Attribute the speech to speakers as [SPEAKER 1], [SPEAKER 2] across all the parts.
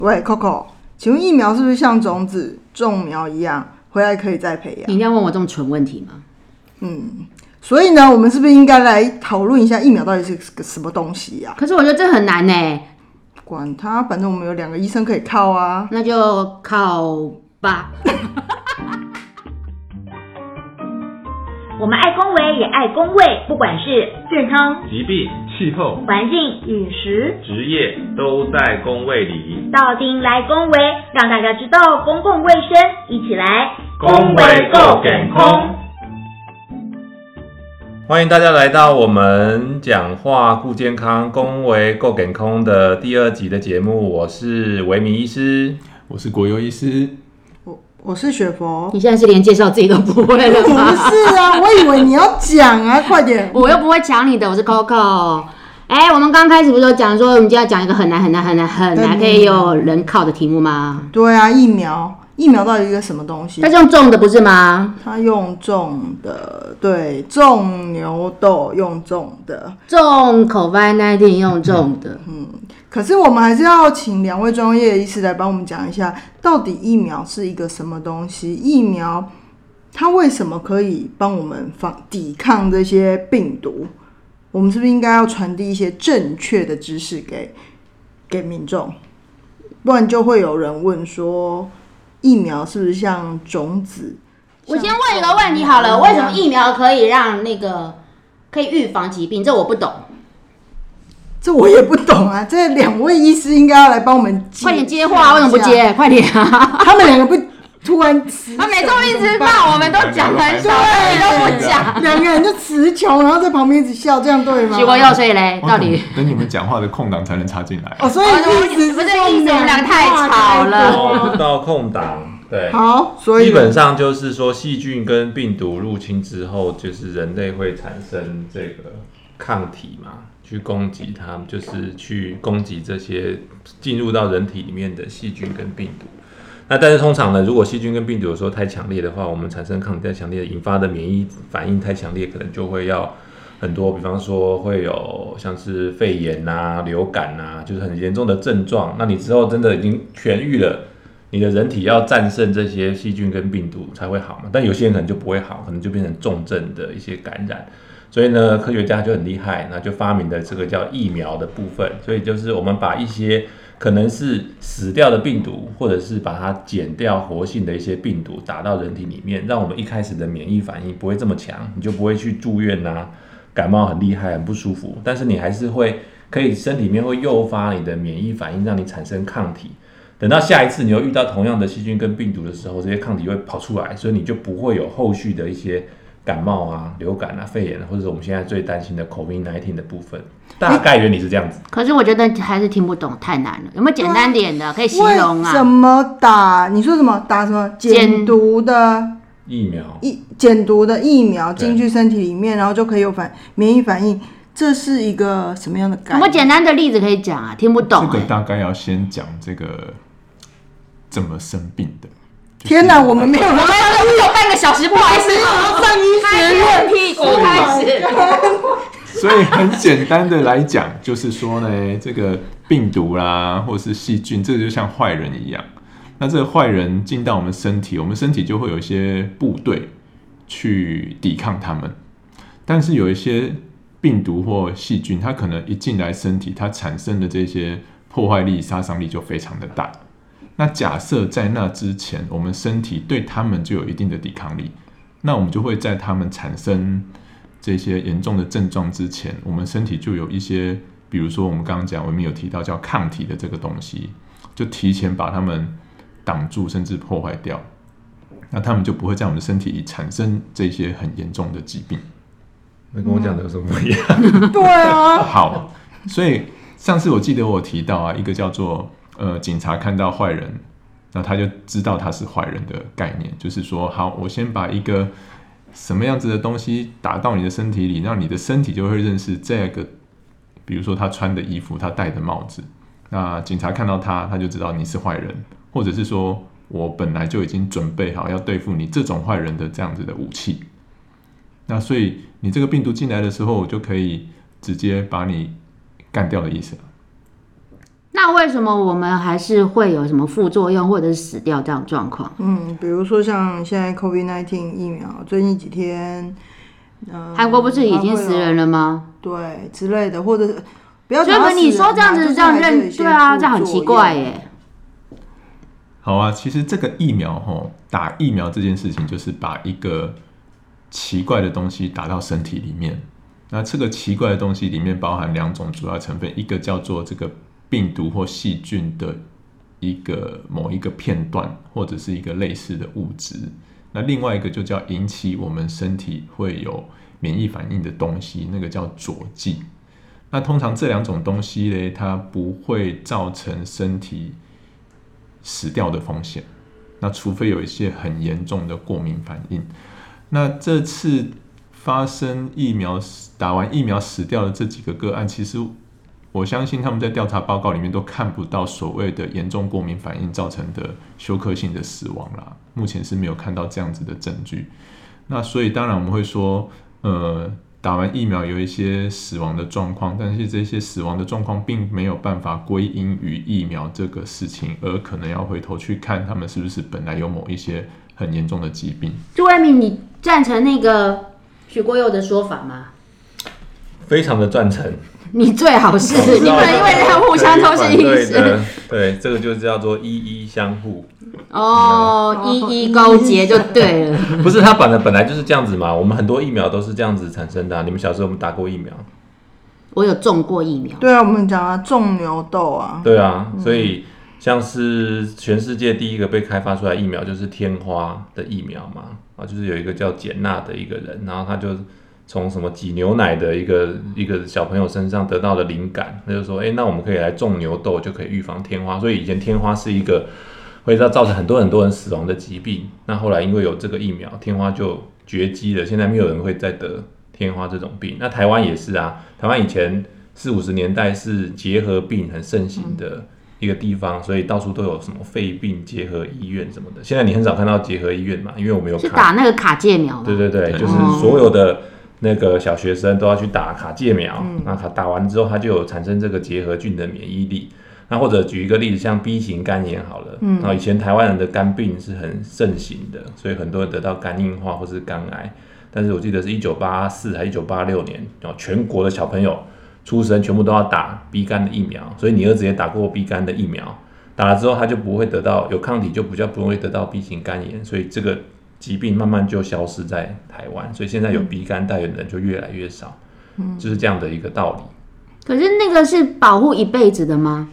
[SPEAKER 1] 喂 Coco， 请问疫苗是不是像种子种苗一样，回来可以再培养？
[SPEAKER 2] 你一定要问我这种蠢问题吗？
[SPEAKER 1] 所以呢，我们是不是应该来讨论一下疫苗到底是个什么东西啊？
[SPEAKER 2] 可是我觉得这很难呢。
[SPEAKER 1] 管他，反正我们有2个医生可以靠啊。
[SPEAKER 2] 那就靠吧。
[SPEAKER 3] 我们爱公卫也爱公卫，不管是
[SPEAKER 1] 健康、
[SPEAKER 4] 疾病、气候、
[SPEAKER 3] 环境、
[SPEAKER 1] 饮食、
[SPEAKER 4] 职业都在公卫里。
[SPEAKER 3] 到丁来公卫，让大家知道公共卫生，一起来
[SPEAKER 4] 公卫够健康。欢迎大家来到我们讲话顾健康、公卫够健康的第2集的节目，我是维明医师，
[SPEAKER 5] 我是国优医师，
[SPEAKER 1] 我是雪佛。
[SPEAKER 2] 你现在是连介绍自己都不会了吗？
[SPEAKER 1] 不是啊，我以为你要讲啊，快点！
[SPEAKER 2] 我又不会抢你的，我是 Coco。我们刚开始不是有讲说，我们就要讲一个很难可以有人靠的题目吗？
[SPEAKER 1] 对啊，疫苗到底是一个什么东西？
[SPEAKER 2] 它是用种的不是吗？
[SPEAKER 1] 它用种的，对，种牛痘用种的，
[SPEAKER 2] 种 COVID-19 用种的。
[SPEAKER 1] 可是我们还是要请2位专业的医师来帮我们讲一下，到底疫苗是一个什么东西？疫苗它为什么可以帮我们抵抗这些病毒？我们是不是应该要传递一些正确的知识给民众？不然就会有人问说，疫苗是不是像种子？
[SPEAKER 2] 我先问一个问题好了，为什么疫苗可以让可以预防疾病？这我不懂。
[SPEAKER 1] 这我也不懂啊！这2位医师应该要来帮我们
[SPEAKER 2] 快点接话，为什么不接？快点啊！
[SPEAKER 1] 他们2个不突然词，
[SPEAKER 2] 他每次都一直骂我们，都讲很少，你都不讲。
[SPEAKER 1] 2个人就词穷，然后在旁边一直笑，这样对吗？
[SPEAKER 2] 许国佑，所以嘞，到底
[SPEAKER 5] 等你们讲话的空档才能插进来。
[SPEAKER 1] 所以意思是
[SPEAKER 2] 不是意思，我们2个太吵了。
[SPEAKER 4] 不到空档，对。
[SPEAKER 1] 好，所以
[SPEAKER 4] 基本上就是说，细菌跟病毒入侵之后，就是人类会产生这个抗体嘛。去攻击它们，就是去攻击这些进入到人体里面的细菌跟病毒。那但是通常呢，如果细菌跟病毒有时候太强烈的话，我们产生抗体太强烈，引发的免疫反应太强烈，可能就会要很多，比方说会有像是肺炎啊、流感啊，就是很严重的症状。那你之后真的已经痊愈了，你的人体要战胜这些细菌跟病毒才会好嘛。但有些人可能就不会好，可能就变成重症的一些感染。所以呢，科学家就很厉害，那就发明了这个叫疫苗的部分。所以就是我们把一些可能是死掉的病毒，或者是把它减掉活性的一些病毒打到人体里面，让我们一开始的免疫反应不会这么强，你就不会去住院啊，感冒很厉害很不舒服，但是你还是可以身体里面会诱发你的免疫反应，让你产生抗体。等到下一次你又遇到同样的细菌跟病毒的时候，这些抗体会跑出来，所以你就不会有后续的一些感冒啊、流感啊、肺炎，或者是我们现在最担心的 COVID-19 的部分，大概原理是这样子。
[SPEAKER 2] 可是我觉得还是听不懂，太难了。有没有简单点的可以形容啊？
[SPEAKER 1] 为什么打？你说什么打什么减毒的
[SPEAKER 4] 疫苗？
[SPEAKER 1] 减毒的疫苗进去身体里面，然后就可以有免疫反应，这是一个什么样的概念？
[SPEAKER 2] 有没有简单的例子可以讲啊？听不懂。
[SPEAKER 5] 这个大概要先讲这个怎么生病的。
[SPEAKER 1] 天哪，我们没有，
[SPEAKER 2] 我们有半个小时，不好意思，
[SPEAKER 1] 上医学院
[SPEAKER 2] 屁股开始。
[SPEAKER 5] 所以很简单的来讲，就是说呢，这个病毒啦，或是细菌，这个就像坏人一样。那这个坏人进到我们身体，我们身体就会有一些部队去抵抗他们。但是有一些病毒或细菌，它可能一进来身体，它产生的这些破坏力、杀伤力就非常的大。那假设在那之前，我们身体对他们就有一定的抵抗力，那我们就会在他们产生这些严重的症状之前，我们身体就有一些，比如说我们刚刚讲，我们有提到叫抗体的这个东西，就提前把他们挡住，甚至破坏掉，那他们就不会在我们的身体里产生这些很严重的疾病。
[SPEAKER 4] 那跟我讲的有什么不一样？
[SPEAKER 1] 对啊，
[SPEAKER 5] 好，所以上次我记得我有提到啊，一个叫做警察看到坏人，那他就知道他是坏人的概念，就是说，好，我先把一个什么样子的东西打到你的身体里，让你的身体就会认识这个，比如说他穿的衣服，他戴的帽子，那警察看到他就知道你是坏人，或者是说我本来就已经准备好要对付你这种坏人的这样子的武器。那所以你这个病毒进来的时候，我就可以直接把你干掉的意思。
[SPEAKER 2] 那为什么我们还是会有什么副作用或者是死掉这样的状况？
[SPEAKER 1] 比如说像现在 COVID-19 疫苗，最近几天，
[SPEAKER 2] 韩国不是已经死人了吗？
[SPEAKER 1] 对之类的，或者是不要讲到死人啊。
[SPEAKER 2] 所以你说这样子这样认，对啊，这样很奇怪耶。
[SPEAKER 5] 好啊，其实这个疫苗打疫苗这件事情，就是把一个奇怪的东西打到身体里面。那这个奇怪的东西里面包含2种主要成分，一个叫做这个病毒或细菌的某一个片段，或者是一个类似的物质。那另外一个就叫引起我们身体会有免疫反应的东西，那个叫佐剂。那通常这2种东西呢，它不会造成身体死掉的风险。那除非有一些很严重的过敏反应。那这次发生打完疫苗死掉的这几个个案，其实我相信他们在调查报告里面都看不到所谓的严重过敏反应造成的休克性的死亡啦，目前是没有看到这样子的证据。那所以当然我们会说，打完疫苗有一些死亡的状况，但是这些死亡的状况并没有办法归因于疫苗这个事情，而可能要回头去看他们是不是本来有某一些很严重的疾病。
[SPEAKER 2] 朱维明，你赞成那个许国佑的说法吗？
[SPEAKER 4] 非常的赞成。
[SPEAKER 2] 你最好是，你不能因为他互相都是医生。
[SPEAKER 4] 对，这个就叫做一相互。
[SPEAKER 2] 一勾结就对了。
[SPEAKER 4] 不是，它本来就是这样子嘛。我们很多疫苗都是这样子产生的啊。你们小时候有没有打过疫苗？
[SPEAKER 2] 我有种过疫苗。
[SPEAKER 1] 对啊，我们讲啊，种牛痘啊。
[SPEAKER 4] 对啊，所以像是全世界第一个被开发出来疫苗就是天花的疫苗嘛。就是有一个叫简纳的一个人，然后他就从什么挤牛奶的一个小朋友身上得到了灵感，他就说，那我们可以来种牛痘，就可以预防天花。所以以前天花是一个会造成很多人死亡的疾病。那后来因为有这个疫苗，天花就绝迹了，现在没有人会再得天花这种病。那台湾也是啊，台湾以前40-50年代是结核病很盛行的一个地方，所以到处都有什么肺病结核医院什么的。现在你很少看到结核医院嘛，因为我们有
[SPEAKER 2] 是打那个卡介苗嘛。
[SPEAKER 4] 对，就是所有的那个小学生都要去打卡介苗，那打完之后它就有产生这个结核菌的免疫力。那或者举一个例子，像 B 型肝炎好了，然后以前台湾人的肝病是很盛行的，所以很多人得到肝硬化或是肝癌。但是我记得是1984还1986年，全国的小朋友出生全部都要打 B 肝的疫苗，所以你儿子也打过 B 肝的疫苗，打了之后他就不会得到有抗体，就比较不容易得到 B 型肝炎，所以这个疾病慢慢就消失在台湾，所以现在有 B 肝带源的人就越来越少，就是这样的一个道理。
[SPEAKER 2] 可是那个是保护一辈子的吗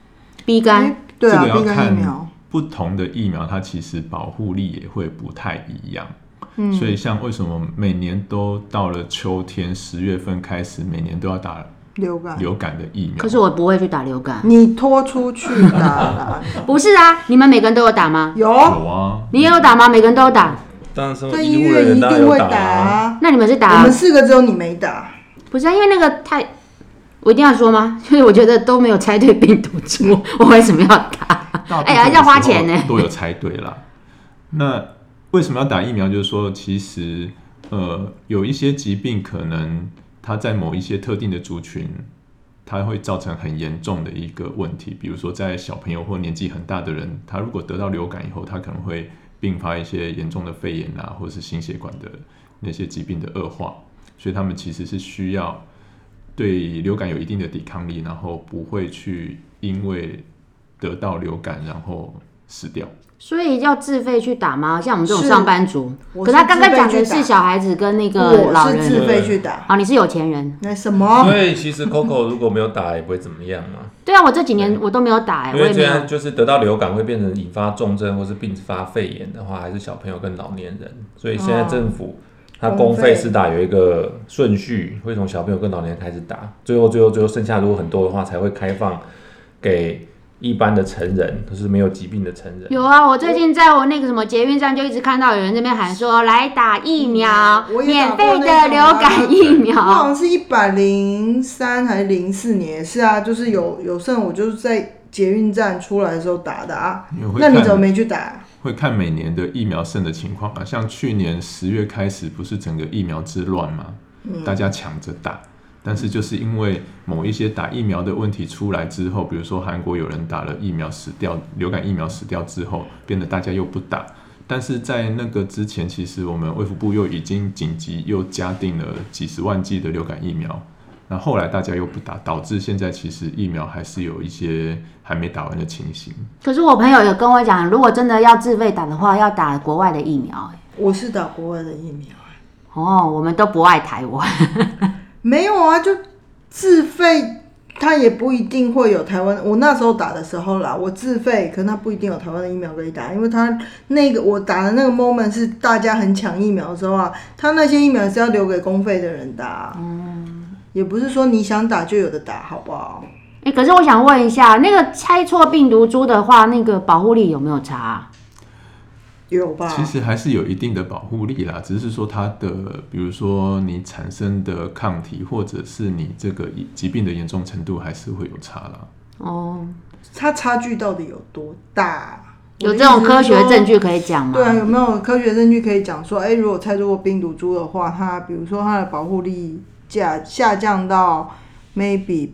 [SPEAKER 2] ？B 肝？
[SPEAKER 1] 对啊，
[SPEAKER 5] 这个要
[SPEAKER 1] B 肝疫
[SPEAKER 5] 看
[SPEAKER 1] 苗
[SPEAKER 5] 不同的疫苗，它其实保护力也会不太一样。所以像为什么每年都到了秋天10月份开始，每年都要打流感的疫苗？
[SPEAKER 2] 可是我不会去打流感。
[SPEAKER 1] 你拖出去打啦。
[SPEAKER 2] 不是啊，你们每个人都有打吗？
[SPEAKER 1] 有
[SPEAKER 5] 啊，
[SPEAKER 2] 你也有打吗？每个人都有打。
[SPEAKER 4] 当然是
[SPEAKER 1] 在医院一定会打啊。
[SPEAKER 2] 那你们是打？
[SPEAKER 1] 我们4个只有你没打。
[SPEAKER 2] 不是啊，因为那个我一定要说吗？就是我觉得都没有猜对病毒株，我为什么要打？还要花钱呢。
[SPEAKER 5] 都有猜对啦。那为什么要打疫苗？就是说，其实有一些疾病可能它在某一些特定的族群，它会造成很严重的一个问题。比如说，在小朋友或年纪很大的人，他如果得到流感以后，他可能会并发一些严重的肺炎啊，或者是心血管的那些疾病的恶化，所以他们其实是需要对流感有一定的抵抗力，然后不会去因为得到流感然后死掉。
[SPEAKER 2] 所以要自费去打吗？像我们这种上班族，可是他刚刚讲的是小孩子跟那个老人，
[SPEAKER 1] 我是自费去打。
[SPEAKER 2] 好，你是有钱人。
[SPEAKER 1] 那什么？
[SPEAKER 4] 所以其实 Coco 如果没有打也不会怎么样嘛。
[SPEAKER 2] 对啊，我这几年我都没有打
[SPEAKER 4] 因为这样就是得到流感会变成引发重症或是并发肺炎的话，还是小朋友跟老年人。所以现在政府它公费施打有一个顺序，会从小朋友跟老年人开始打，最后剩下如果很多的话才会开放给一般的成人，都是没有疾病的成人。
[SPEAKER 2] 有啊，我最近在我那个什么捷运站就一直看到有人这边喊说来打疫苗，免费的流感疫苗。
[SPEAKER 1] 好像是103还是04年也是啊，就是有剩我就是在捷运站出来的时候打的啊。那你怎么没去打？
[SPEAKER 5] 会看每年的疫苗剩的情况啊，像去年10月开始不是整个疫苗之乱吗？大家抢着打。 但是就是因为某一些打疫苗的问题出来之后，比如说韩国有人打了疫苗死掉，流感疫苗死掉之后，变得大家又不打。但是在那个之前，其实我们卫福部又已经紧急又加订了几十万剂的流感疫苗，那后来大家又不打，导致现在其实疫苗还是有一些还没打完的情形。
[SPEAKER 2] 可是我朋友有跟我讲，如果真的要自费打的话，要打国外的疫苗。
[SPEAKER 1] 我是打国外的疫苗。
[SPEAKER 2] 哦，我们都不爱台湾。
[SPEAKER 1] 没有啊，就自费，它也不一定会有台湾。我那时候打的时候啦，我自费，可是它不一定有台湾的疫苗可以打，因为它那个我打的那个 moment 是大家很抢疫苗的时候啊，它那些疫苗是要留给公费的人打，也不是说你想打就有的打，好不好？
[SPEAKER 2] 可是我想问一下，那个猜错病毒株的话，那个保护力有没有差？
[SPEAKER 1] 有吧？
[SPEAKER 5] 其实还是有一定的保护力啦，只是说它的，比如说你产生的抗体，或者是你这个疾病的严重程度，还是会有差啦。
[SPEAKER 2] 哦，
[SPEAKER 1] 它差距到底有多大？
[SPEAKER 2] 有这种科学证据可以讲吗？
[SPEAKER 1] 对啊，有没有科学证据可以讲说，如果猜错过病毒株的话，它比如说它的保护力下降到 maybe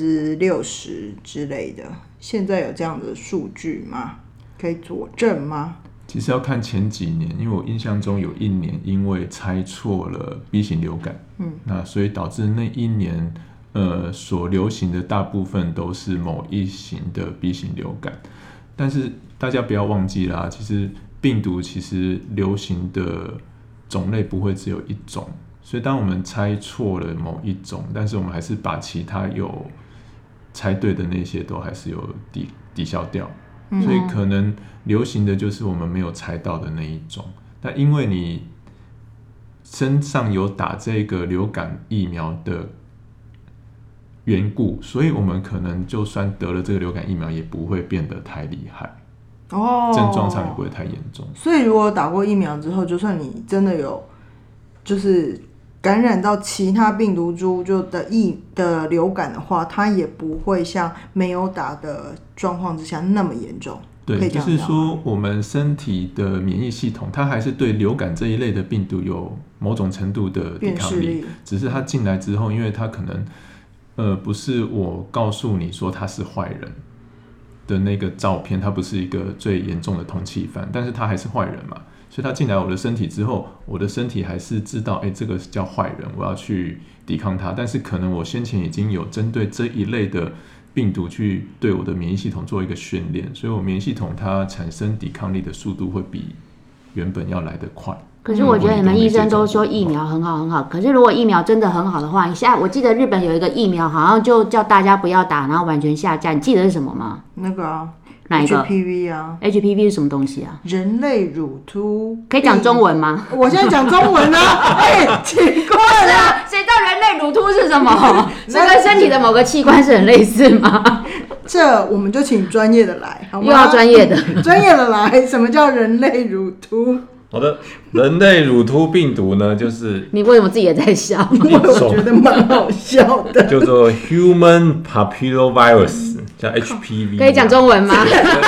[SPEAKER 1] 60%之类的，现在有这样的数据吗？可以佐证吗？
[SPEAKER 5] 其实要看前几年，因为我印象中有一年因为猜错了 B 型流感，那所以导致那一年所流行的大部分都是某一型的 B 型流感。但是大家不要忘记啦，其实病毒其实流行的种类不会只有一种，所以当我们猜错了某一种，但是我们还是把其他有猜对的那些都还是有抵消掉。所以可能流行的就是我们没有猜到的那一种，但因为你身上有打这个流感疫苗的缘故，所以我们可能就算得了这个流感疫苗也不会变得太厉害，症状上也不会太严重。
[SPEAKER 1] 所以如果打过疫苗之后，就算你真的有就是感染到其他病毒株的流感的话，它也不会像没有打的状况之下那么严重。
[SPEAKER 5] 对，就是说我们身体的免疫系统，它还是对流感这一类的病毒有某种程度的抵抗力，只是它进来之后，因为它可能不是我告诉你说他是坏人的那个照片，他不是一个最严重的通缉犯，但是他还是坏人嘛，所以他进来我的身体之后，我的身体还是知道，这个叫坏人，我要去抵抗他。但是可能我先前已经有针对这一类的病毒去对我的免疫系统做一个训练，所以我免疫系统它产生抵抗力的速度会比原本要来得快。
[SPEAKER 2] 可是我觉得你们医生都说疫苗很好很好，可是如果疫苗真的很好的话，我记得日本有一个疫苗好像就叫大家不要打，然后完全下架，你记得是什么吗？
[SPEAKER 1] 那个啊，
[SPEAKER 2] 哪一个
[SPEAKER 1] HPV 啊
[SPEAKER 2] ？HPV 是什么东西啊？
[SPEAKER 1] 人类乳突。
[SPEAKER 2] 可以讲中文吗？
[SPEAKER 1] 我现在讲中文啊，奇怪了，
[SPEAKER 2] 谁知道人类乳突是什么？是跟身体的某个器官是很类似吗？
[SPEAKER 1] 这我们就请专业的来，好吗？
[SPEAKER 2] 又要专业的，
[SPEAKER 1] 专业的来。什么叫人类乳突？
[SPEAKER 4] 好的，人类乳突病毒呢，就是
[SPEAKER 2] 你为什么自己也在笑？
[SPEAKER 1] 我觉得蛮好笑的，
[SPEAKER 4] 叫做 Human Papillovirus， 叫 HPV。
[SPEAKER 2] 可以讲中文吗？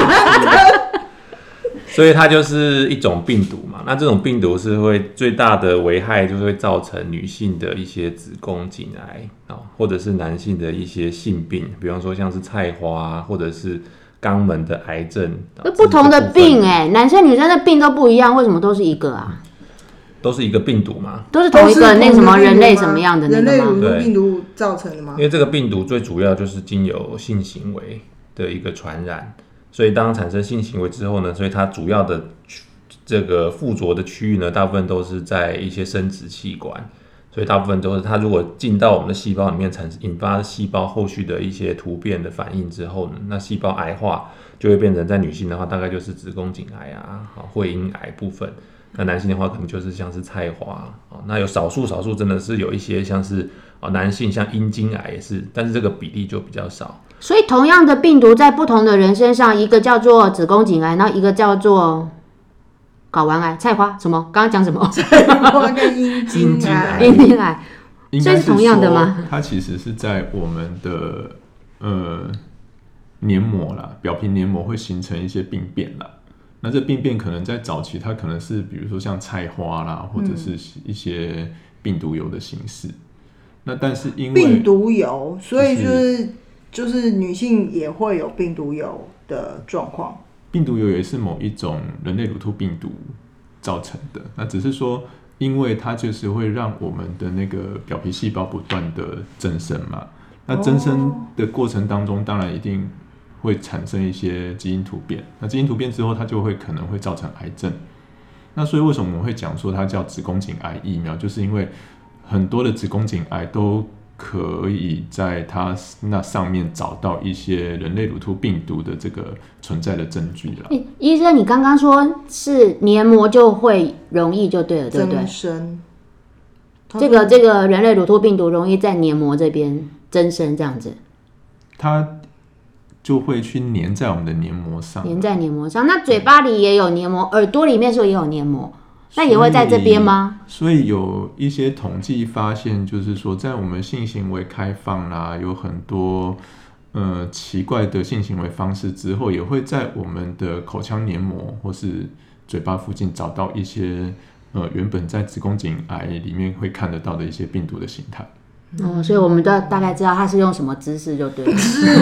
[SPEAKER 4] 所以它就是一种病毒嘛，那这种病毒是会最大的危害，就是会造成女性的一些子宫颈癌或者是男性的一些性病，比方说像是菜花或者是肛门的癌症。
[SPEAKER 2] 不同的病男生女生的病都不一样，为什么都是一个啊？
[SPEAKER 4] 都是一个病毒嘛？
[SPEAKER 2] 都是同一个那个什么人类什么样的那个吗？
[SPEAKER 1] 人类乳突病毒造成的吗？
[SPEAKER 4] 因为这个病毒最主要就是经由性行为的一个传染。所以当产生性行为之后呢，所以它主要的这个附着的区域呢，大部分都是在一些生殖器官，所以大部分都是它如果进到我们的细胞里面，引发细胞后续的一些突变的反应之后呢，那细胞癌化就会变成在女性的话，大概就是子宫颈癌会阴癌部分。那男性的话，可能就是像是菜花那有少数真的是有一些像是男性像阴茎癌也是，但是这个比例就比较少。
[SPEAKER 2] 所以同样的病毒在不同的人身上，一个叫做子宫颈癌，然后一个叫做睾丸癌、菜花什么？刚刚讲什么？
[SPEAKER 1] 菜花跟阴茎癌。
[SPEAKER 2] 阴茎癌，所以是同样的吗？
[SPEAKER 5] 它其实是在我们的黏膜啦，表皮黏膜会形成一些病变啦。那这病变可能在早期，它可能是比如说像菜花啦，或者是一些病毒疣的形式。 那但是因为
[SPEAKER 1] 病毒疣，所以就是女性也会有病毒疣的状况。
[SPEAKER 5] 病毒疣也是某一种人类乳突病毒造成的，那只是说，因为它就是会让我们的那个表皮细胞不断的增生嘛，那增生的过程当中，当然一定会产生一些基因突变，那基因突变之后，它就会可能会造成癌症。那所以为什么我们会讲说它叫子宫颈癌疫苗，就是因为很多的子宫颈癌都可以在它那上面找到一些人类乳突病毒的这个存在的证据啦。
[SPEAKER 2] 医生，你刚刚说是黏膜就会容易就对了，对不对？
[SPEAKER 1] 增生。
[SPEAKER 2] 这个人类乳突病毒容易在黏膜这边增生，这样子。
[SPEAKER 5] 它就会去粘在我们的黏膜上，
[SPEAKER 2] 粘在黏膜上。那嘴巴里也有黏膜，耳朵里面是不是也有黏膜？那也会在这边吗？
[SPEAKER 5] 所以有一些统计发现，就是说，在我们性行为开放啦，有很多奇怪的性行为方式之后，也会在我们的口腔黏膜或是嘴巴附近找到一些原本在子宫颈癌里面会看得到的一些病毒的形态。
[SPEAKER 2] 所以我们都大概知道它是用什么姿势就对了。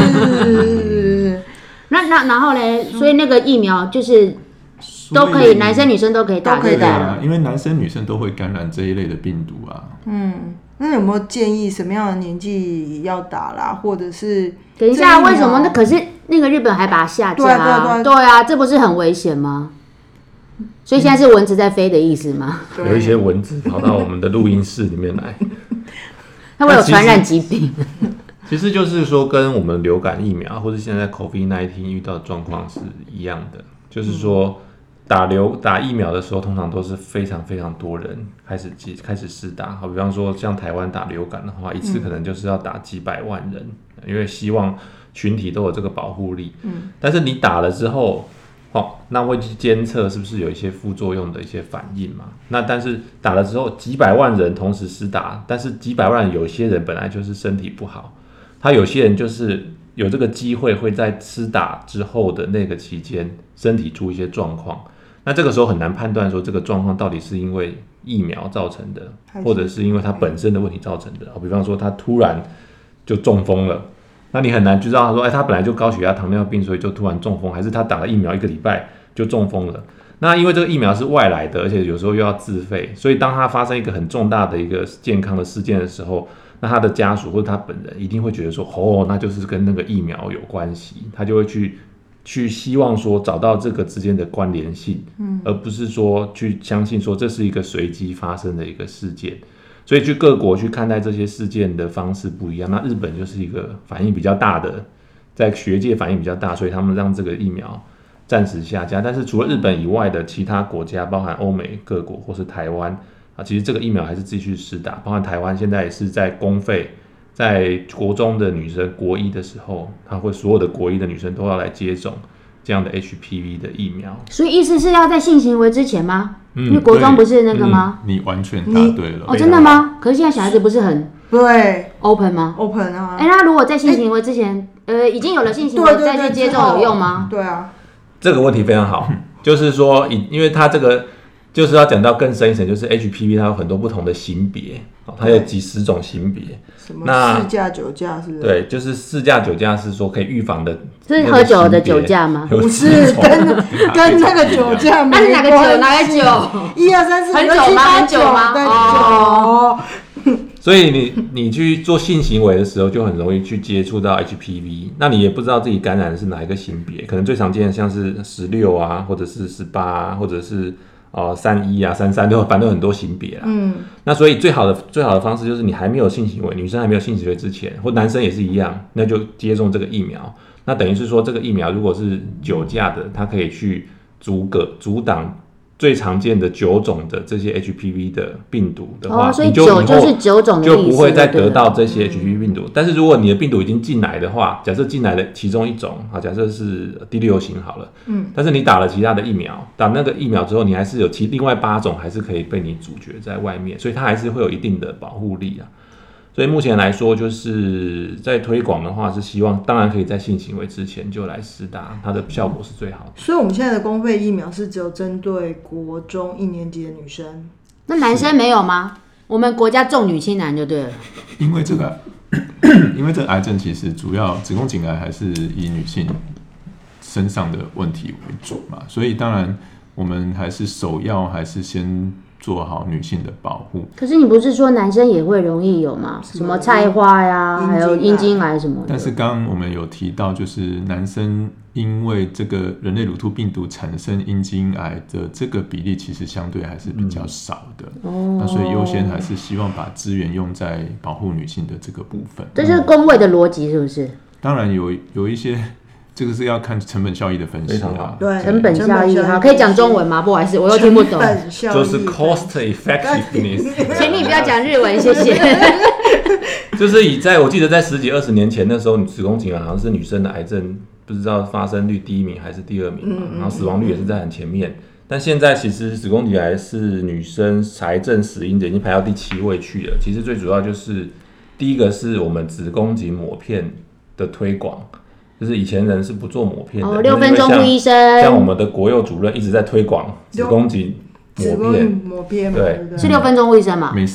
[SPEAKER 2] 那然后呢？所以那个疫苗就是都可以，男生女生都可以打，对
[SPEAKER 5] 啊，因为男生女生都会感染这一类的病毒啊。
[SPEAKER 1] 那有没有建议什么样的年纪要打啦？或者是
[SPEAKER 2] 等一下，为什么那可是那个日本还把它下架啊？对啊，这不是很危险吗？所以现在是蚊子在飞的意思吗？
[SPEAKER 4] 有一些蚊子跑到我们的录音室里面来。
[SPEAKER 2] 它会有传染疾病。
[SPEAKER 4] 其实就是说，跟我们流感疫苗或者现在 COVID-19 遇到的状况是一样的，就是说打疫苗的时候，通常都是非常非常多人开始施打。好，比方说像台湾打流感的话，一次可能就是要打几百万人，因为希望群体都有这个保护力。但是你打了之后，那会去监测是不是有一些副作用的一些反应嘛？那但是打了之后，几百万人同时施打，但是几百万人有些人本来就是身体不好，他有些人就是有这个机会会在施打之后的那个期间身体出一些状况。那这个时候很难判断说这个状况到底是因为疫苗造成的，或者是因为他本身的问题造成的。比方说他突然就中风了。那你很难知道他说，他本来就高血压、糖尿病，所以就突然中风，还是他打了疫苗1个礼拜就中风了。那因为这个疫苗是外来的，而且有时候又要自费，所以当他发生一个很重大的一个健康的事件的时候，那他的家属或者他本人一定会觉得说，那就是跟那个疫苗有关系，他就会去希望说找到这个之间的关联性，而不是说去相信说这是一个随机发生的一个事件。所以去各国去看待这些事件的方式不一样。那日本就是一个反应比较大的，在学界反应比较大，所以他们让这个疫苗暂时下架。但是除了日本以外的其他国家，包含欧美各国或是台湾其实这个疫苗还是继续施打。包含台湾现在也是在公费，在国中的女生国一的时候，所有的国一的女生都要来接种这样的 HPV 的疫苗。
[SPEAKER 2] 所以意思是要在性行为之前吗？因为国中不是那个吗？
[SPEAKER 5] 你完全答对了。
[SPEAKER 2] 真的吗？可是现在小孩子不是很
[SPEAKER 1] 对
[SPEAKER 2] open 吗
[SPEAKER 1] ？open 啊。
[SPEAKER 2] 那如果在性行为之前，已经有了性行为再去接种有用吗？
[SPEAKER 1] 对啊，
[SPEAKER 4] 这个问题非常好，就是说，因为它这个就是要讲到更深一层，就是 HPV 它有很多不同的型别，它有几十种型别。
[SPEAKER 1] 什么4价9价是不是？
[SPEAKER 4] 对，就是4价9价是说可以预防的。
[SPEAKER 2] 是喝酒的酒驾吗？
[SPEAKER 1] 不是，跟那个酒驾没关系。
[SPEAKER 2] 那是哪个酒？哪个酒
[SPEAKER 1] ？1、2、3、4、
[SPEAKER 2] 很久吗？很久吗？
[SPEAKER 4] 所以你去做性行为的时候，就很容易去接触到 HPV， 那你也不知道自己感染的是哪一个型别，可能最常见的像是16啊，或者是18啊，或者是31啊、33，反正很多型别啦。那所以最好的方式就是你还没有性行为，女生还没有性行为之前，或男生也是一样，那就接种这个疫苗。那等于是说，这个疫苗如果是9价的，它可以去阻挡最常见的9种的这些 HPV 的病毒的话，
[SPEAKER 2] 所以9就是9种的意思，
[SPEAKER 4] 就不会再得到这些 HPV 病毒。但是如果你的病毒已经进来的话，假设进来的其中一种，假设是第6型好了，但是你打了其他的疫苗，打那个疫苗之后，你还是有另外8种还是可以被你阻绝在外面，所以它还是会有一定的保护力啊。所以目前来说，就是在推广的话，是希望当然可以在性行为之前就来施打，它的效果是最好的。
[SPEAKER 1] 所以我们现在的公费疫苗是只有针对国中1年级的女生，
[SPEAKER 2] 那男生没有吗？ 我们国家重女轻男就对了。
[SPEAKER 5] 因为这个癌症其实主要子宫颈癌还是以女性身上的问题为主嘛，所以当然我们还是首要还是先做好女性的保护。
[SPEAKER 2] 可是你不是说男生也会容易有吗？什么菜花呀，还有阴茎癌什么的。
[SPEAKER 5] 但是刚刚我们有提到，就是男生因为这个人类乳突病毒产生阴茎癌的这个比例，其实相对还是比较少的。那所以优先还是希望把资源用在保护女性的这个部分。
[SPEAKER 2] 这是公卫的逻辑是不是？
[SPEAKER 5] 当然有一些。这个是要看成本效益的分析啦。
[SPEAKER 1] 对，
[SPEAKER 2] 成本效益哈，可以讲中文吗？不好意思，我又听不懂。
[SPEAKER 4] 就是 cost effectiveness。
[SPEAKER 2] 请你不要讲日文，谢谢。
[SPEAKER 4] 就是我记得在10几20年前那时候，子宫颈癌好像是女生的癌症，不知道发生率第1名还是第2名嘛，然后死亡率也是在很前面。但现在其实子宫颈癌是女生癌症死因的已经排到第7位去了。其实最主要就是第一个是我们子宫颈抹片的推广。就是以前人是不做抹片的
[SPEAKER 2] ，6分钟顾医生，
[SPEAKER 4] 像我们的国幼主任一直在推广子宫颈
[SPEAKER 1] 抹片嘛，
[SPEAKER 2] 对，是6分钟顾医生嘛？
[SPEAKER 5] 每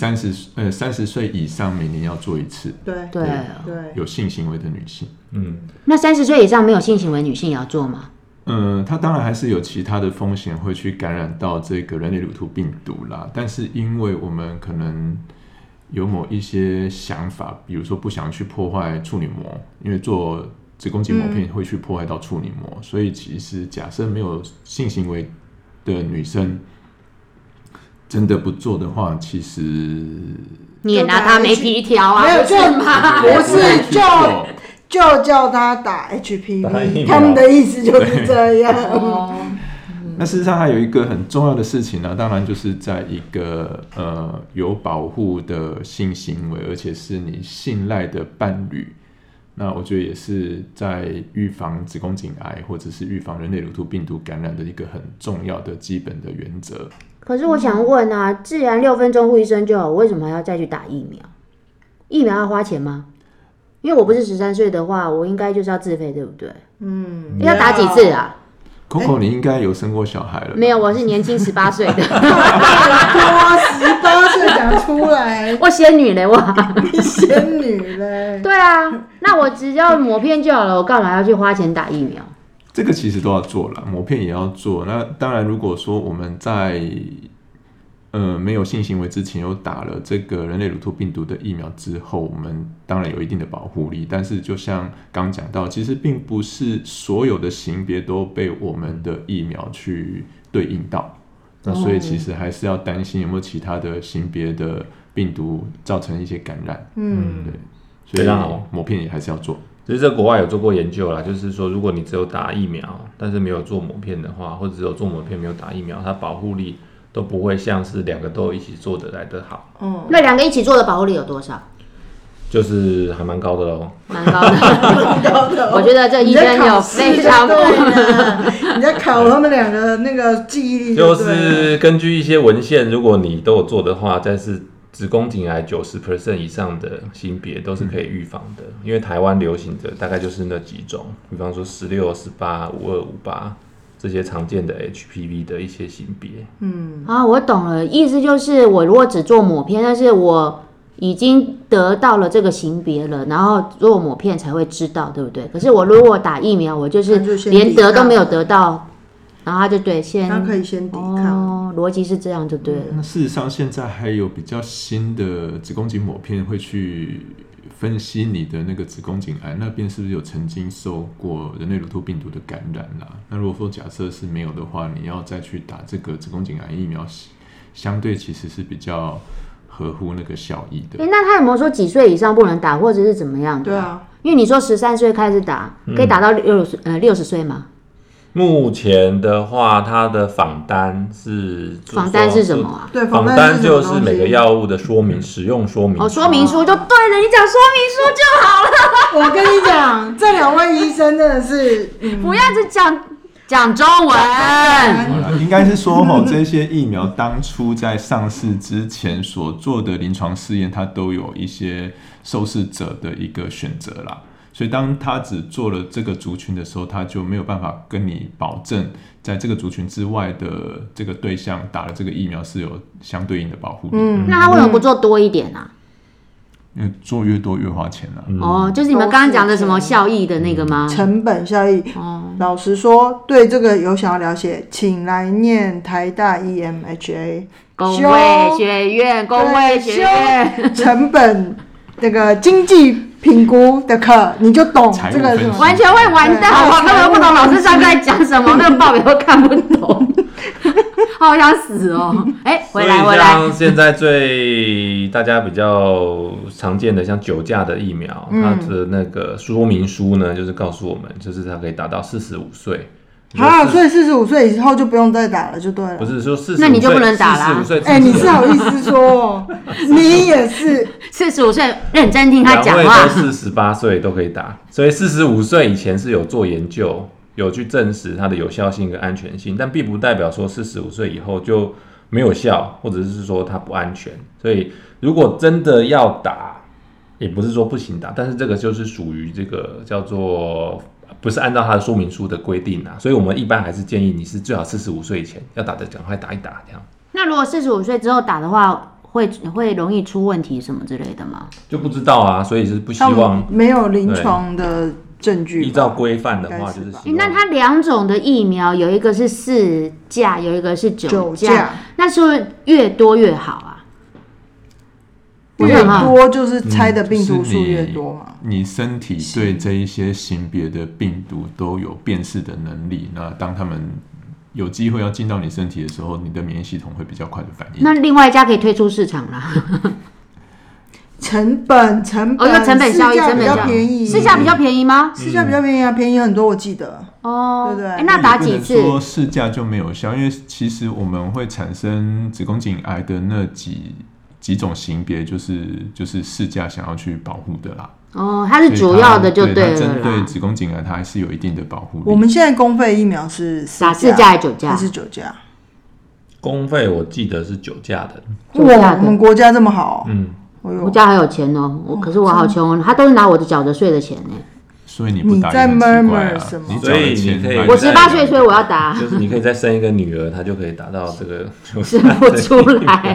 [SPEAKER 5] 30岁以上每年要做一次。
[SPEAKER 1] 对，
[SPEAKER 5] 有性行为的女性。
[SPEAKER 2] 那30岁以上没有性行为女性也要做吗？
[SPEAKER 5] 它当然还是有其他的风险会去感染到这个人类乳突病毒啦，但是因为我们可能有某一些想法，比如说不想去破坏处女膜，因为做子宫颈抹片会去破坏到处女膜，所以其实假设没有性行为的女生真的不做的话，其实
[SPEAKER 2] 你也拿她没皮条啊，
[SPEAKER 1] 没有
[SPEAKER 2] 是吗？
[SPEAKER 1] 不是就叫她打 HPV， 他们的意思就是这样。
[SPEAKER 5] 那事实上还有一个很重要的事情呢，当然就是在一个有保护的性行为，而且是你信赖的伴侣。那我觉得也是在预防子宫颈癌或者是预防人类乳突病毒感染的一个很重要的基本的原则。
[SPEAKER 2] 可是我想问啊，既然6分钟顾医生就好，我为什么还要再去打疫苗？疫苗要花钱吗？因为我不是13岁的话，我应该就是要自费，对不对？要打几次啊
[SPEAKER 5] ？Coco， 你应该有生过小孩了？
[SPEAKER 2] 没有，我是年轻18岁的。
[SPEAKER 1] 哇，18岁讲出来，
[SPEAKER 2] 我仙女嘞，哇！
[SPEAKER 1] 你仙女嘞？
[SPEAKER 2] 对啊，那我只要抹片就好了，我干嘛要去花钱打疫苗？
[SPEAKER 5] 这个其实都要做了，抹片也要做。那当然，如果说我们在没有性行为之前有打了这个人类乳突病毒的疫苗之后，我们当然有一定的保护力。但是就像刚讲到，其实并不是所有的型别都被我们的疫苗去对应到。那所以其实还是要担心有没有其他的型别的病毒造成一些感染。对，所以抹片也还是要做。
[SPEAKER 4] 其实这国外有做过研究啦，就是说如果你只有打疫苗，但是没有做抹片的话，或者只有做抹片没有打疫苗，它保护力都不会像是2个都一起做的来得好。
[SPEAKER 2] 那2个一起做的保护力有多少？
[SPEAKER 4] 就是还蛮高的咯，
[SPEAKER 2] 蛮高的。我觉得这医生有非常不，
[SPEAKER 1] 你在考他们2个那个记忆力。
[SPEAKER 4] 就是根据一些文献，如果你都有做的话，但是子宫颈癌90% 以上的型别都是可以预防的，因为台湾流行的大概就是那几种，比方说16、18、52、58。这些常见的 HPV 的一些型别。
[SPEAKER 2] 我懂了，意思就是我如果只做抹片，但是我已经得到了这个型别了，然后做抹片才会知道，对不对？可是我如果打疫苗，我就是连得都没有得到，然后他就他
[SPEAKER 1] 可以先抵抗。
[SPEAKER 2] 逻辑是这样就对了。
[SPEAKER 5] 那事实上，现在还有比较新的子宫颈抹片会去分析你的那个子宫颈癌那边是不是有曾经受过人类乳突病毒的感染啦？那如果说假设是没有的话，你要再去打这个子宫颈癌疫苗，相对其实是比较合乎那个效益的。
[SPEAKER 2] 那他有没有说几岁以上不能打，或者是怎么样的？
[SPEAKER 1] 对啊，
[SPEAKER 2] 因为你说13岁开始打，可以打到60岁吗？
[SPEAKER 4] 目前的话，它的仿单是
[SPEAKER 2] 什么啊？
[SPEAKER 1] 对，
[SPEAKER 4] 仿单就是每个药物的说明、使用说明书。
[SPEAKER 2] 说明书就对了，你讲说明书就好了。
[SPEAKER 1] 我跟你讲，这2位医生真的是，
[SPEAKER 2] 不要只讲中文。
[SPEAKER 5] 应该是说这些疫苗当初在上市之前所做的临床试验，它都有一些受试者的一个选择啦。 所以当他只做了这个族群的时候，他就没有办法跟你保证，在这个族群之外的这个对象打了这个疫苗是有相对应的保护力。
[SPEAKER 2] 那他为什么不做多一点啊？
[SPEAKER 5] 因为做越多越花钱啊。
[SPEAKER 2] 就是你们刚刚讲的什么效益的那个吗？
[SPEAKER 1] 成本效益。老实说，对这个有想要了解，请来念台大 EMHA
[SPEAKER 2] 工卫学院，工卫学院
[SPEAKER 1] 成本那个经济评估的课，你就懂这个是
[SPEAKER 2] 完全会完蛋，我根本不懂老师上课在讲什么，那个报表都看不懂。好想死哦！回来。
[SPEAKER 4] 像现在大家比较常见的，像酒驾的疫苗，它的那个说明书呢，就是告诉我们，就是它可以打到45岁。
[SPEAKER 1] 所以45岁以后就不用再打了，就对了。
[SPEAKER 4] 不是说45岁，
[SPEAKER 2] 那你就不能打啦。
[SPEAKER 4] 45岁，
[SPEAKER 1] 你是好意思说？你也是
[SPEAKER 2] 45岁，认真听他讲话。
[SPEAKER 4] 两位都48岁都可以打，所以45岁以前是有做研究。有去证实它的有效性跟安全性，但并不代表说45岁以后就没有效，或者是说它不安全。所以如果真的要打，也不是说不行打，但是这个就是属于这个叫做不是按照它的说明书的规定啊。所以我们一般还是建议你是最好45岁以前要打的赶快打一打这样。
[SPEAKER 2] 那如果45岁之后打的话，会容易出问题什么之类的吗？
[SPEAKER 4] 就不知道啊，所以是不希望
[SPEAKER 1] 没有临床的证据。
[SPEAKER 4] 依照规范的话，就是希望
[SPEAKER 2] 那它2种的疫苗，有一个是4价，有一个是9价，那是不是越多越好啊？
[SPEAKER 1] 越多就是猜的病毒数越多嘛。
[SPEAKER 5] 你身体对这一些型别的病毒都有辨识的能力，那当他们有机会要进到你身体的时候，你的免疫系统会比较快的反应。
[SPEAKER 2] 那另外一家可以推出市场啦。
[SPEAKER 1] 成本效益，成本比较便宜，
[SPEAKER 2] 市价比较便宜吗？
[SPEAKER 1] 市价比较便宜啊，便宜很多，我记得。对不对？
[SPEAKER 2] 那打几次？
[SPEAKER 5] 说市价就没有效，因为其实我们会产生子宫颈癌的那几种型别，就是市价想要去保护的啦。
[SPEAKER 2] 它是主要的就对了啦。
[SPEAKER 5] 针对子宫颈癌，它还是有一定的保护力。
[SPEAKER 1] 我们现在公费疫苗是
[SPEAKER 2] 打4价还是9价？
[SPEAKER 1] 还是9价？
[SPEAKER 4] 公费我记得是9价的。
[SPEAKER 1] 哇，我们国家这么好。
[SPEAKER 2] 我家还有钱哦，可是我好穷哦，他都是拿我的缴的税的钱呢。
[SPEAKER 5] 所以你不打也很奇怪啊！你缴的钱，
[SPEAKER 2] 我18岁，所以我要打。
[SPEAKER 4] 就是你可以再生一个女儿，她就可以达到这个。
[SPEAKER 2] 生不出来。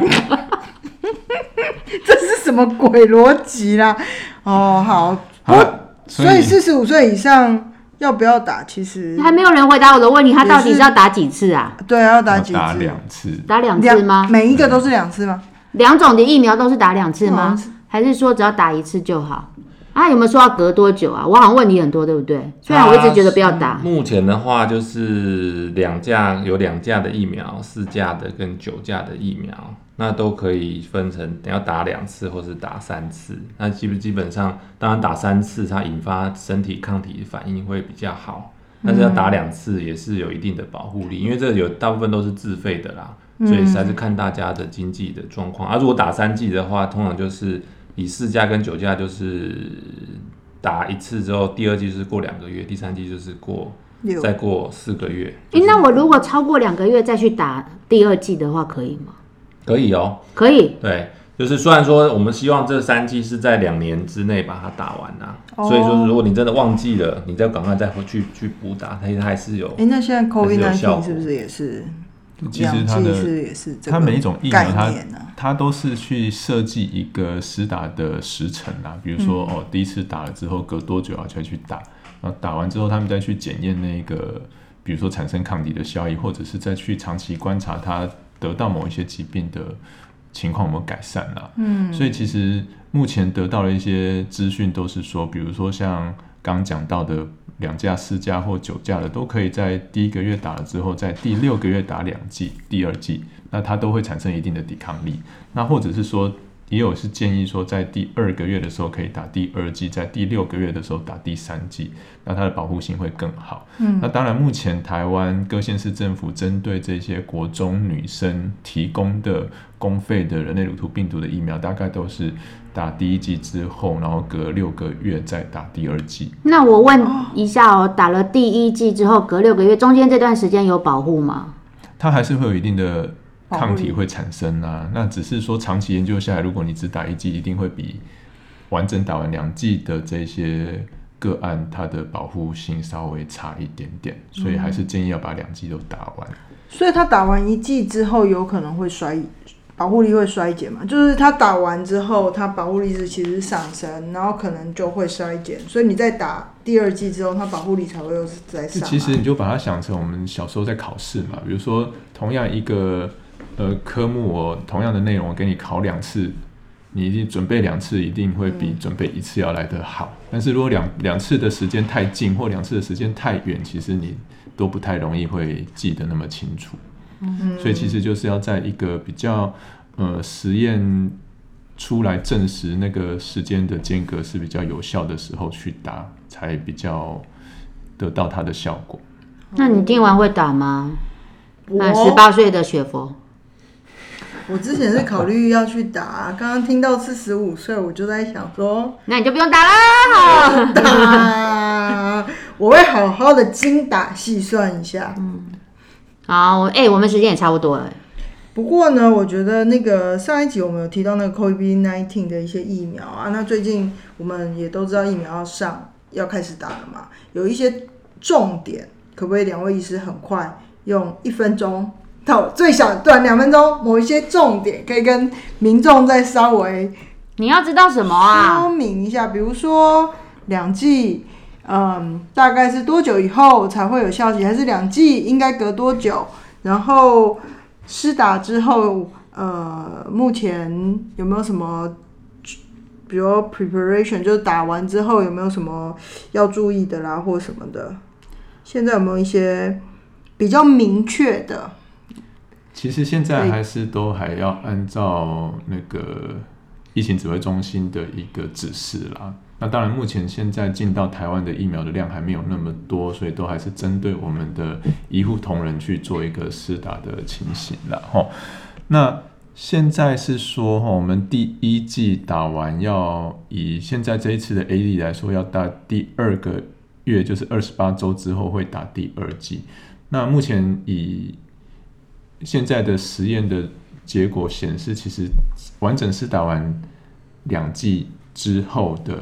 [SPEAKER 1] 这是什么鬼逻辑啦？好，所以45岁以上要不要打？其实
[SPEAKER 2] 还没有人回答我的问题，他到底是要打几次啊？
[SPEAKER 1] 对，要打几次？
[SPEAKER 5] 打2次。
[SPEAKER 2] 打2次吗？
[SPEAKER 1] 每一个都是2次吗
[SPEAKER 2] ？2种的疫苗都是打2次吗？还是说只要打1次就好？有没有说要隔多久啊？我好像问题很多，对不对？虽然我一直觉得不要打。
[SPEAKER 4] 目前的话就是2价的疫苗，4价的跟9价的疫苗，那都可以分成要打2次或是打3次。那基本上，当然打3次，它引发身体抗体反应会比较好，但是要打2次也是有一定的保护力，因为这大部分都是自费的啦，所以还是看大家的经济的状况。如果打3剂的话，通常就是以4价跟9价就是打1次之后，第2剂就是过2个月，第3剂就是再过4个月。
[SPEAKER 2] 那我如果超过2个月再去打第2剂的话，可以吗？
[SPEAKER 4] 可以哦，
[SPEAKER 2] 可以。
[SPEAKER 4] 对，就是虽然说我们希望这3剂是在2年之内把它打完所以说如果你真的忘记了，你再赶快再去补打，它还是有。
[SPEAKER 1] 那现在 COVID-19 是不是也是？
[SPEAKER 5] 其实它每一种疫苗它都是去设计一个施打的时程比如说第一次打了之后隔多久才去打，然后打完之后他们再去检验那个比如说产生抗体的效益，或者是再去长期观察它得到某一些疾病的情况有没有改善所以其实目前得到的一些资讯都是说，比如说像刚讲到的2价、4价或9价的，都可以在第1个月打了之后，在第6个月打2剂、第2剂，那它都会产生一定的抵抗力。那或者是说，也有是建议说，在第2个月的时候可以打第2剂，在第6个月的时候打第3剂，那它的保护性会更好。那当然，目前台湾各县市政府针对这些国中女生提供的公费的人类乳头病毒的疫苗，大概都是打第1剂之后，然后隔6个月再打第2剂。
[SPEAKER 2] 那我问一下打了第1剂之后，隔6个月，中间这段时间有保护吗？
[SPEAKER 5] 它还是会有一定的抗体会产生那只是说长期研究下来，如果你只打1剂，一定会比完整打完2剂的这些个案它的保护性稍微差一点点，所以还是建议要把2剂都打完。
[SPEAKER 1] 所以他打完1剂之后，有可能会保护力会衰减嘛？就是他打完之后，他保护力其实是上升，然后可能就会衰减，所以你在打第2剂之后，他保护力才会又再上来。
[SPEAKER 5] 其实你就把它想成我们小时候在考试嘛，比如说同样一个科目，我同样的内容我给你考2次。你一定准备2次，一定会比准备1次要来得好。但是如果两次的时间太近，或2次的时间太远，其实你都不太容易会记得那么清楚。所以其实就是要在一个比较实验出来证实那个时间的间隔是比较有效的时候去打，才比较得到它的效果。
[SPEAKER 2] 那你听完会打吗？18岁的雪佛。
[SPEAKER 1] 我之前是考虑要去打，刚刚听到是15岁，我就在想说，
[SPEAKER 2] 那你就不用打了。
[SPEAKER 1] 打，我会好好的精打细算一下。
[SPEAKER 2] 好，我们时间也差不多了。
[SPEAKER 1] 不过呢，我觉得那个上一集我们有提到那个 COVID-19 的一些疫苗啊，那最近我们也都知道疫苗要开始打了嘛，有一些重点，可不可以2位医师很快用1分钟？到最小短2分钟，某一些重点可以跟民众再稍微
[SPEAKER 2] 你要知道什么啊？
[SPEAKER 1] 说明一下，比如说2剂，大概是多久以后才会有效期，还是2剂应该隔多久？然后施打之后，目前有没有什么，比如 preparation， 就是打完之后有没有什么要注意的啦，或什么的？现在有没有一些比较明确的？
[SPEAKER 5] 其实现在还要按照那个疫情指挥中心的一个指示啦。那当然，目前现在进到台湾的疫苗的量还没有那么多，所以都还是针对我们的医护同仁去做一个施打的情形啦。那现在是说，我们第1剂打完，要以现在这一次的 AZ 来说，要打第2个月，就是28周之后会打第2剂。那目前以现在的实验的结果显示，其实完整施打完2剂之后的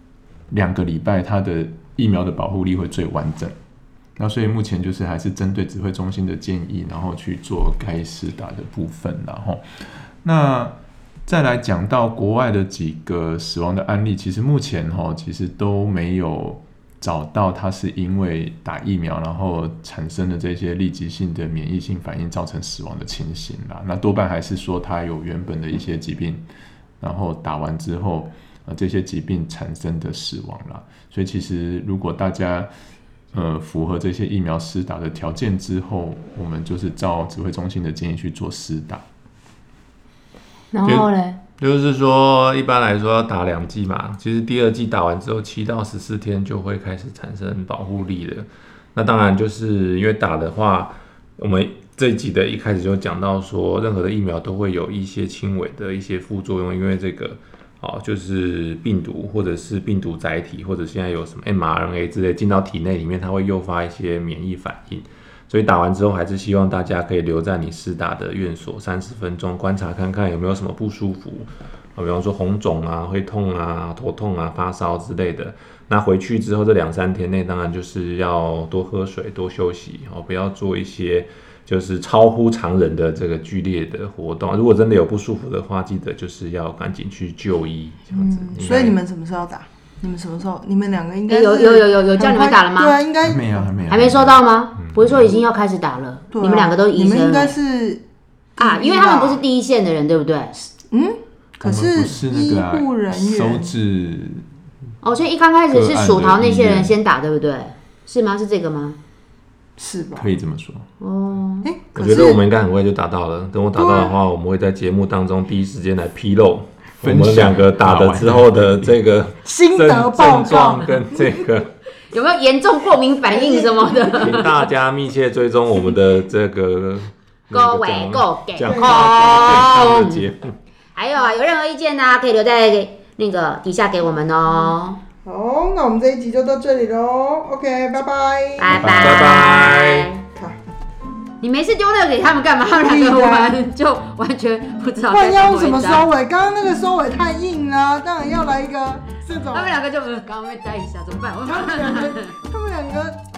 [SPEAKER 5] 2个礼拜，它的疫苗的保护力会最完整。那所以目前就是还是针对指挥中心的建议，然后去做该施打的部分。那再来讲到国外的几个死亡的案例，其实目前其实都没有找到它是因为打疫苗然后产生的这些立即性的免疫性反应造成死亡的情形啦。那多半还是说它有原本的一些疾病，然后打完之后这些疾病产生的死亡啦。所以其实如果大家符合这些疫苗施打的条件之后，我们就是照指挥中心的建议去做施打。
[SPEAKER 2] 然后呢？
[SPEAKER 4] 就是说，一般来说要打2剂嘛，其实第2剂打完之后7到14天就会开始产生保护力了。那当然就是因为打的话，我们这一集的一开始就讲到说，任何的疫苗都会有一些轻微的一些副作用，因为这个就是病毒或者是病毒载体，或者现在有什么 mRNA 之类进到体内里面，它会诱发一些免疫反应。所以打完之后，还是希望大家可以留在你施打的院所30分钟，观察看看有没有什么不舒服，比方说红肿啊、会痛啊、头痛啊、发烧之类的。那回去之后这2-3天内，当然就是要多喝水、多休息，不要做一些就是超乎常人的这个剧烈的活动。如果真的有不舒服的话，记得就是要赶紧去就医，这样子。
[SPEAKER 1] 所以你们什么时候打？你们什么时候？你们2个应该
[SPEAKER 2] 有叫你们打了吗？
[SPEAKER 1] 对啊，应该
[SPEAKER 5] 还没
[SPEAKER 2] 收到吗？不是说已经要开始打了？你们2个都医生了，
[SPEAKER 1] 你们应该是
[SPEAKER 2] 因为他们不是第一线的人，对不对？
[SPEAKER 1] 可是医护人员
[SPEAKER 5] 收治
[SPEAKER 2] 所以一刚开始是属桃那些人先打，对不对？是吗？是这个吗？
[SPEAKER 1] 是吧？
[SPEAKER 5] 可以这么说。
[SPEAKER 4] 我觉得我们应该很快就打到了。等我打到的话，我们会在节目当中第一时间来披露我们2个打了之后的这个
[SPEAKER 1] 心得报告
[SPEAKER 4] 跟这个
[SPEAKER 2] 有没有严重过敏反应什么的，
[SPEAKER 4] 请大家密切追踪我们的这个
[SPEAKER 2] 各位健
[SPEAKER 4] 康的节目。
[SPEAKER 2] 还有有任何意见可以留在那个底下给我们哦。
[SPEAKER 1] 好，那我们这一集就到这里咯。OK， 拜拜，
[SPEAKER 2] 拜拜。你没事丢那个给他们干嘛？他们2个玩就完全不知道该怎么回答。
[SPEAKER 1] 要用什么收尾？刚刚那个收尾太硬了，当然要来一个这种
[SPEAKER 2] 他们两个就刚刚被带一下，怎么办？
[SPEAKER 1] 他们两个